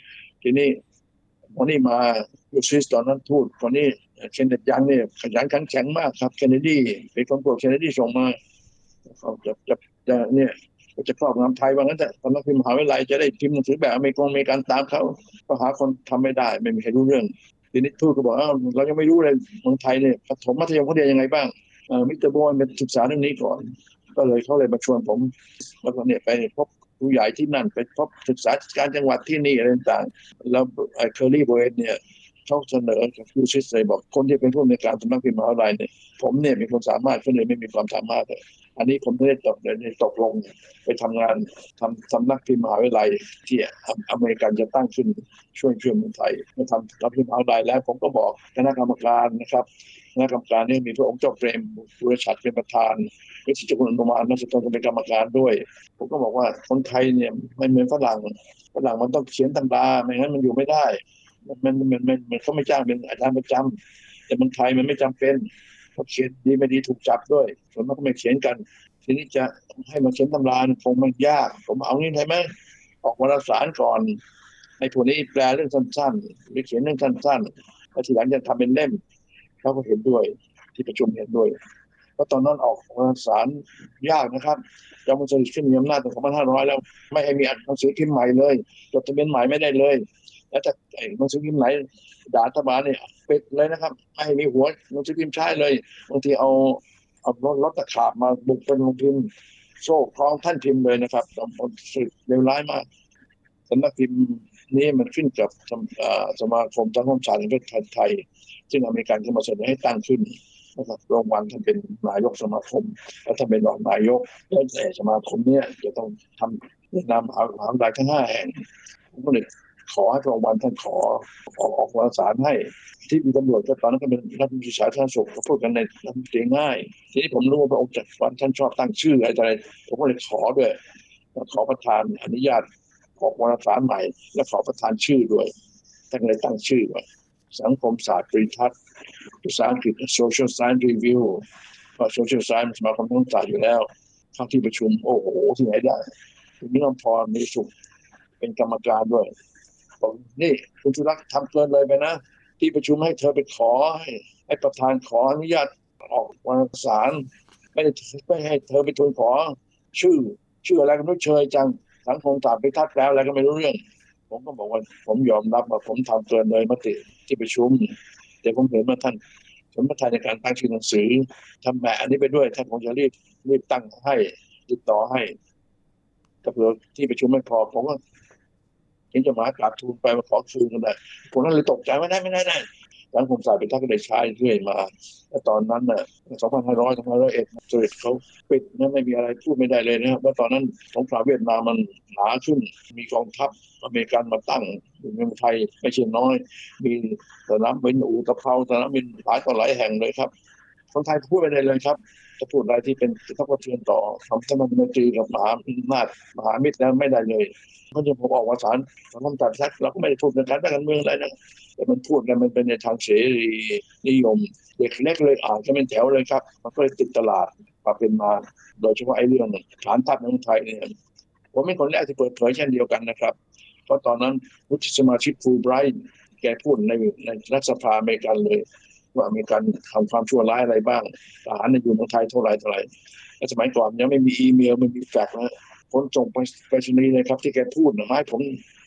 ทีนี้คนนี้มาอยู่สวิสตอนนั้นทูตคนนี้เคนเนตยังเนี่ยขยันขันแข็งมากครับเคนเนดีเป็นคนพวกเคนเนดีส่งมาเขาจะเนี่ยจะครอบงำไทยว่างั้นแต่ตอนนั้นพิมพ์มหาวิทยาลัยจะได้พิมพ์หนังสือแบบอเมริกันตามเขาก็หาคนทำไม่ได้ไม่มีใครรู้เรื่องทีนี้ทูตก็บอกเรายังไม่รู้เลยเมืองไทยเนี่ยประถมมัธยมเขาเรียนยังไงบ้างมิสเตอร์โบนเป็นศึกษาเรื่องนี้ก่อนก็เลยเขาเลยมาชวนผมแล้วก็เนี่ยไปพบผู้ใหญ่ที่นั่นไปพบศึกษาการจังหวัดที่นี่อะไรต่างๆแล้วเคอรี่โบเอนเนี่ยเขาเสนอกับผู้ชี้เลยบอกคนที่เป็นผู้ในการสำนักพิมพ์มหาวิทยาลัยเนี่ยผมเนี่ยมีคนสามารถคนอื่นไม่มีความสามารถเลยอันนี้ผมได้ตกลงไปทำงานทำสำนักพิมพ์มหาวิทยาลัยที่อเมริกันจะตั้งขึ้นช่วยเมืองไทยมาทำสำนักพิมพ์มหาวิทยาลัยแล้วผมก็บอกคณะกรรมการนะครับคณะกรรมการนี่มีพระองค์เจ้าเปรมบุรชัดเป็นประธานวิจิตรกุลอุมานนักศึกษาเป็นกรรมการด้วยผมก็บอกว่าคนไทยเนี่ยไม่เหมือนฝรั่งมันต้องเขียนตำราไม่งั้นมันอยู่ไม่ได้มันเขาไม่จ้างเป็นอาจารย์ประจำแต่เมืองไทยมันไม่จำเป็นเขาเขียนดีไม่ดีถูกจับด้วยส่วนมากก็ไม่เขียนกันทีนี้จะให้มาเขียนตำราคงมันยากผมเอางี้ได้ไหมออกวารสารก่อนให้พวกนี้แปลเรื่องสั้นๆหรือเขียนเรื่องสั้นๆแล้วทีหลังจะทำเป็นเล่มเขาก็เห็นด้วยที่ประชุมเห็นด้วยเพราะตอนนั้นออกวารสารยากนะครับจอมพลสฤษดิ์ขึ้นมีอำนาจตั้ง2500แล้วไม่ให้มีหนังสือพิมพ์ใหม่เลยจดทะเบียนใหม่ไม่ได้เลยแล้วจะหนังสือพิมพ์ไหนด่ารัฐบาลเนี่ยปิดเลยนะครับไม่ให้มีหัวหนังสือพิมพ์ใช้เลยบางทีเอารถตะขาบมาบุกเป็นโรงพิมพ์โซ่คล้องท่านพิมพ์เลยนะครับจอมพลสฤษดิ์เลวร้ายมากสำนักพิมพ์นี้มันขึ้นกับสมาคมสังคมศาสตร์แห่งประเทศไทยซึ่งอเมริกันเข้ามาเสนอให้ตั้งขึ้นนะครับรางวัลท่านเป็นนายกสมาคมและท่านเป็นรองนายกและสมาคมนี้จะต้องทำในนามมหาวิทยาลัยทั้ง5แห่งผมก็เลยขอให้รางวัลท่านขอออกวารสารให้ที่มีตำรวจก็ตอนนั้นก็เป็นรัฐมนตรีสาธารณสุขเขาพูดกันในรัฐมนตรีง่ายทีนี้ผมรู้ว่าพระองค์จัดวันท่านชอบตั้งชื่ออะไรผมก็เลยขอด้วยขอประธานอนุญาตออกวารสารใหม่และขอประธานชื่อด้วยท่านเลยตั้งชื่อว่าสังคมศาสตร์ปริทัศน์ภาษาอังกฤษ Social Science Review เพราะ Social Science มาความต้องการอยู่แล้วเข้าที่ประชุมโอ้โหที่ไหนได้คุณนิรันดร์พรมีสุขเป็นกรรมการด้วยบอกนี่คุณชุรักษ์ทำเกินเลยไปนะที่ประชุมให้เธอไปขอให้ประธานขออนุญาตออกวารสารไม่ให้เธอไปทูลขอชื่ออะไรก็ไม่เชยจังสังคมศาสตร์ปริทัศน์แล้วอะไรก็ไม่รู้เรื่องผมก็บอกว่าผมยอมรับว่าผมทำเกินเลยมติที่ประชุมแต่ผมเห็นว่าท่านสมรรถนะในการตั้งชื่อหนังสือทำแบบอันนี้ไปด้วยท่านคงจะรีบตั้งให้ติดต่อให้ก็เผื่อที่ประชุมไม่พอผมก็เห็นจะมากราบทูลไปมาขอคืนกันได้ผมนั้นเลยตกใจไม่ได้สังคมศาสตร์เป็นท่านก็ได้ใช้เรื่อยมาแต่ตอนนั้นน่ะ2500 2501สฤษดิ์เขาปิดนั่นไม่มีอะไรพูดไม่ได้เลยนะครับว่าตอนนั้นสงครามเวียดนามมันหนาขึ้นมีกองทัพอเมริกันมาตั้งอยู่ในเมืองไทยไม่ใช่น้อยมีสนามบินอุตภาวสนามบินหลายต่อหลายแห่งเลยครับคนไทยพูดไม่ได้เลยครับจะพูดอะไรที่เป็นกระทบกระเทือนต่อความสัมพันธ์มตรีกับมหาอำนาจมหามิตรแล้วไม่ได้เลยเพราะฉะนั้นผมออกวารสารสังคมศาสตร์เราก็ไม่ได้พูดในการเมืองอะไรนะแต่มันพูดกันมันเป็นในทางเสรีนิยมเด็กเล็กเลยอ่านก็เป็นแถวเลยครับมันก็เลยติดตลาดมาเป็นมาโดยเฉพาะไอ้เรื่องฐานทัพในเมืองไทยเนี่ยผมเป็นคนแรกที่เปิดเผยเช่นเดียวกันนะครับเพราะตอนนั้นวุฒิสมาชิกฟูลไบรท์แกพูดในรัฐสภาอเมริกันเลยว่ามีการทำความชั่วร้ายอะไรบ้างทหารในอยู่เมืองไทยเท่าไหร่และสมัยก่อนยังไม่มีอีเมลไม่มีแฟกซ์นะคนส่งไปรษณีย์เลยครับที่แกพูดนะให้ผม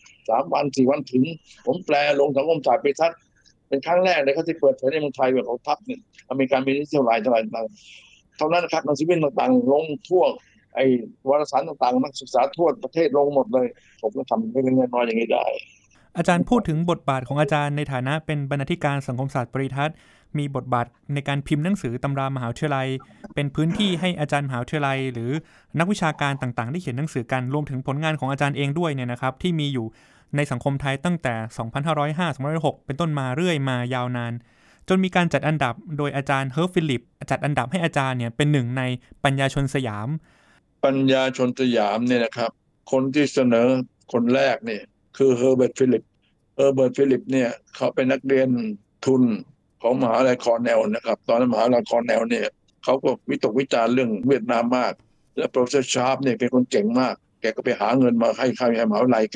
3 วัน 4 วันถึงผมแปลลงสังคมศาสตร์ปริทัศน์เป็นครั้งแรกเลยเขาที่เปิดเผยในเมืองไทยแบบเขาทัพเนี่ยอเมริกันมีเท่าไหร่เท่านั้นนะครับหนังสือพิมพ์ต่างๆลงทั่วไอ้วารสารต่างๆนักศึกษาทั่วประเทศลงหมดเลยผมก็ทำไม่เล็กน้อยอย่างนี้ได้อาจารย์พูดถึงบทบาทของอาจารย์ในฐานะเป็นบรรณาธิการสังคมศาสตร์ปริทัศน์มีบทบาทในการพิมพ์หนังสือตำรามหาวิทยาลัยเป็นพื้นที่ให้อาจารย์มหาวิทยาลัยหรือนักวิชาการต่างๆได้เขียนหนังสือกันรวมถึงผลงานของอาจารย์เองด้วยเนี่ยนะครับที่มีอยู่ในสังคมไทยตั้งแต่ 2505-2506 เป็นต้นมาเรื่อยมายาวนานจนมีการจัดอันดับโดยอาจารย์เฮิร์ฟฟิลิปจัดอันดับให้อาจารย์เนี่ยเป็นหนึ่งในปัญญาชนสยามปัญญาชนสยามเนี่ยนะครับคนที่เสนอคนแรกเนี่ยคือเฮอร์เบิร์ตฟิลิปเนี่ยเขาเป็นนักเรียนทุนของมหาวิทยาลัยคอร์เนลนะครับตอนนั้นมหาวิทยาลัยคอร์เนลเนี่ยเขาก็วิตกวิจารณ์เรื่องเวียดนามมากและโปรเฟสเซอร์ชาร์ปเนี่ยเป็นคนเก่งมากแกก็ไปหาเงินมาให้มหาวิทยาลัยแก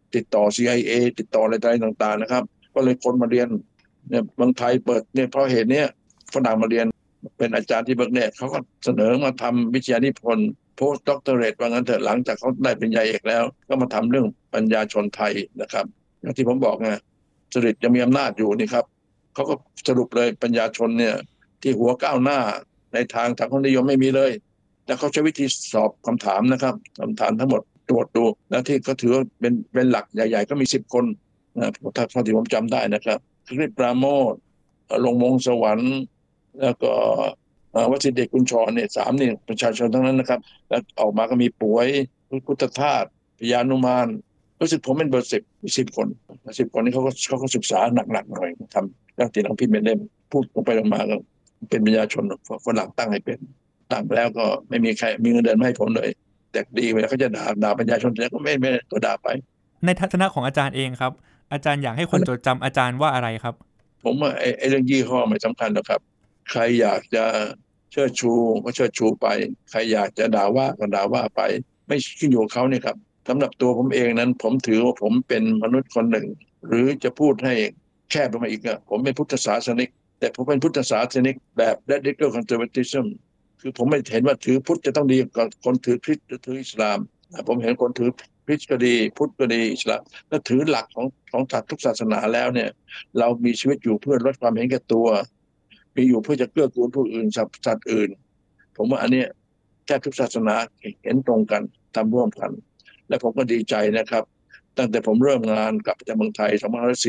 ติดต่อ CIA ติดต่ออะไรต่างๆนะครับก็เลยคนมาเรียนเนี่ยเมืองไทยเปิดเนี่ยเพราะเหตุนี้ฝรั่งมาเรียนเป็นอาจารย์ที่เบิร์กเนี่ยเขาก็เสนอมาทำวิทยานิพนธ์ post doctorate ว่างั้นเถอะหลังจากเขาได้ปริญญาเอกแล้วก็มาทำเรื่องปัญญาชนไทยนะครับอย่างที่ผมบอกไงจริตยังมีอำนาจอยู่นี่ครับเขาก็สรุปเลยปัญญาชนเนี่ยที่หัวก้าวหน้าในทางสังคมนิยมไม่มีเลยแล้วเขาใช้วิธีสอบคำถามนะครับคำถามทั้งหมดตรวจดูแล้วที่เขาถือเป็นหลักใหญ่ๆก็มี10 คนนะถ้าเท่าที่ผมจำได้นะครับคริสปราโมทลงมงสวรรค์แล้วก็วชิรเดชกุลชรเนี่ย3นี่ประชาชนทั้งนั้นนะครับแล้วออกมาก็มีป่วยพุทธทาสพยานุมานรู้สึกผมเป็นเบอร์10คน10 คนนี้เขาก็ศึกษาหนักๆหน่อยทำตั้งแต่หลังพิมพ์เป็นเล่มพูดลงไปลงมาก็เป็นประชาชนฝรั่งตั้งให้เป็นตั้งแล้วก็ไม่มีใครมีเงินเดือนไม่ให้ผมเลยแต่ดีเวลาเขาจะด่าประชาชนก็ไม่ก็ด่าไปในทัศนะของอาจารย์เองครับอาจารย์อยากให้คนจดจำอาจารย์ว่าอะไรครับผมว่าไอ้เรื่องยี่ห้อไม่สำคัญหรอกครับใครอยากจะเชิดชูก็เชิดชูไปใครอยากจะด่าว่าก็ด่าว่าไปไม่ขึ้นอยู่กับเขาเนี่ยครับสำหรับตัวผมเองนั้นผมถือว่าผมเป็นมนุษย์คนหนึ่งหรือจะพูดให้แคบลงมาอีกผมเป็นพุทธศาสนิกแต่ผมเป็นพุทธศาสนิกแบบ radical conservatism คือผมไม่เห็นว่าถือพุทธจะต้องดีกว่าคนถือคริสต์หรือถืออิสลามผมเห็นคนถือคริสต์ก็ดีพุทธก็ดีอิสลามและถือหลักของทุกศาสนาแล้วเนี่ยเรามีชีวิตอยู่เพื่อลดความเห็นแก่ตัวมีอยู่เพื่อจะเกื้อกูลผู้อื่นสัตว์อื่นผมว่าอันนี้แทบทุกศาสนาเห็นตรงกันทำร่วมกันและผมก็ดีใจนะครับตั้งแต่ผมเริ่มงานกลับจากเมืองไทย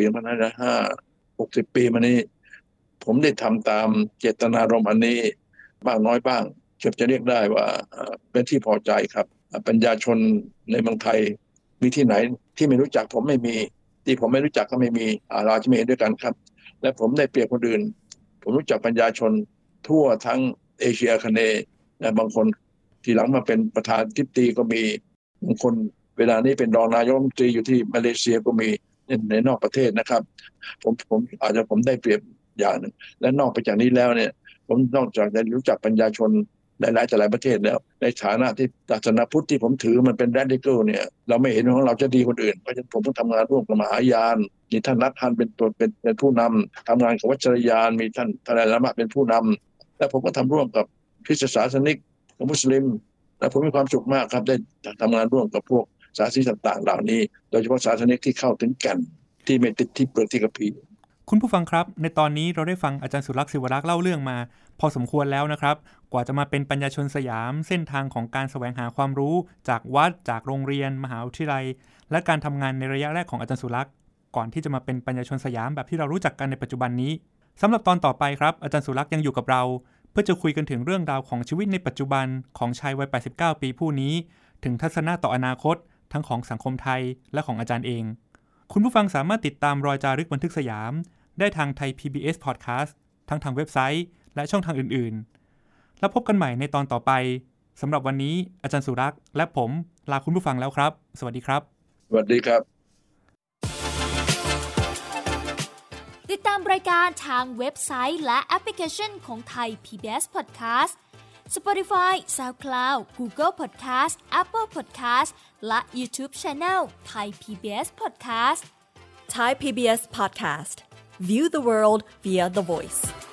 2504 60 ปีมานี้ผมได้ทำตามเจตนารมณ์อันนี้บ้างน้อยบ้างเกือบจะเรียกได้ว่าเป็นที่พอใจครับปัญญาชนในเมืองไทยมีที่ไหนที่ไม่รู้จักผมไม่มีที่ผมไม่รู้จักก็ไม่มีเราจะไม่เห็นด้วยกันครับและผมได้เปรียบคนอื่นผมรู้จักปัญญาชนทั่วทั้งเอเชียคเนย์และบางคนทีหลังมาเป็นประธานทิบดีก็มีบางคนเวลานี้เป็นรองนายกรัฐมนตรีอยู่ที่มาเลเซียก็มีในนอกประเทศนะครับผมอาจจะผมได้เปรียบอย่างหนึ่งและนอกไปจากนี้แล้วเนี่ยผมนอกจากจะรู้จักปัญญาชนหลายประเทศแล้วในฐานะที่ศาสนาพุทธที่ผมถือมันเป็น radical เนี่ยเราไม่เห็นว่าเราจะดีคนอื่นเพราะฉะนั้นผมต้องทำงานร่วมกับมหายานมีท่านนัทฮันเป็นผู้นำทำงานกับวัชรยานมีท่านทนายละมะเป็นผู้นำและผมก็ทำร่วมกับคริสตศาสนิกกับมุสลิมและผมมีความสุขมากครับได้ทำงานร่วมกับพวกศาสนิกต่างๆเหล่านี้โดยเฉพาะศาสนิกที่เข้าถึงแก่นที่ไม่ติดที่เปลือกที่กระพี้คุณผู้ฟังครับในตอนนี้เราได้ฟังอาจารย์สุรักษ์ศิวรักษ์เล่าเรื่องมาพอสมควรแล้วนะครับกว่าจะมาเป็นปัญญาชนสยามเส้นทางของการแสวงหาความรู้จากวัดจากโรงเรียนมหาวิทยาลัยและการทำงานในระยะแรกของอาจารย์สุรักษ์ก่อนที่จะมาเป็นปัญญาชนสยามแบบที่เรารู้จักกันในปัจจุบันนี้สำหรับตอนต่อไปครับอาจารย์สุรักษ์ยังอยู่กับเราเพื่อจะคุยกันถึงเรื่องราวของชีวิตในปัจจุบันของชายวัย89 ปีผู้นี้ถึงทัศนะต่ออนาคตทั้งของสังคมไทยและของอาจารย์เองคุณผู้ฟังสามารถติดตามรอยจารึกบันทึกสยามได้ทางไทย PBS Podcast ทั้งทางเว็บไซต์และช่องทางอื่นๆแล้วพบกันใหม่ในตอนต่อไปสำหรับวันนี้อาจารย์สุรักษ์และผมลาคุณผู้ฟังแล้วครับสวัสดีครับสวัสดีครับติดตามรายการทางเว็บไซต์และแอปพลิเคชันของไทย PBS Podcast Spotify SoundCloud Google Podcast Apple Podcast และ YouTube Channel Thai PBS Podcast Thai PBS Podcast View the world via the voice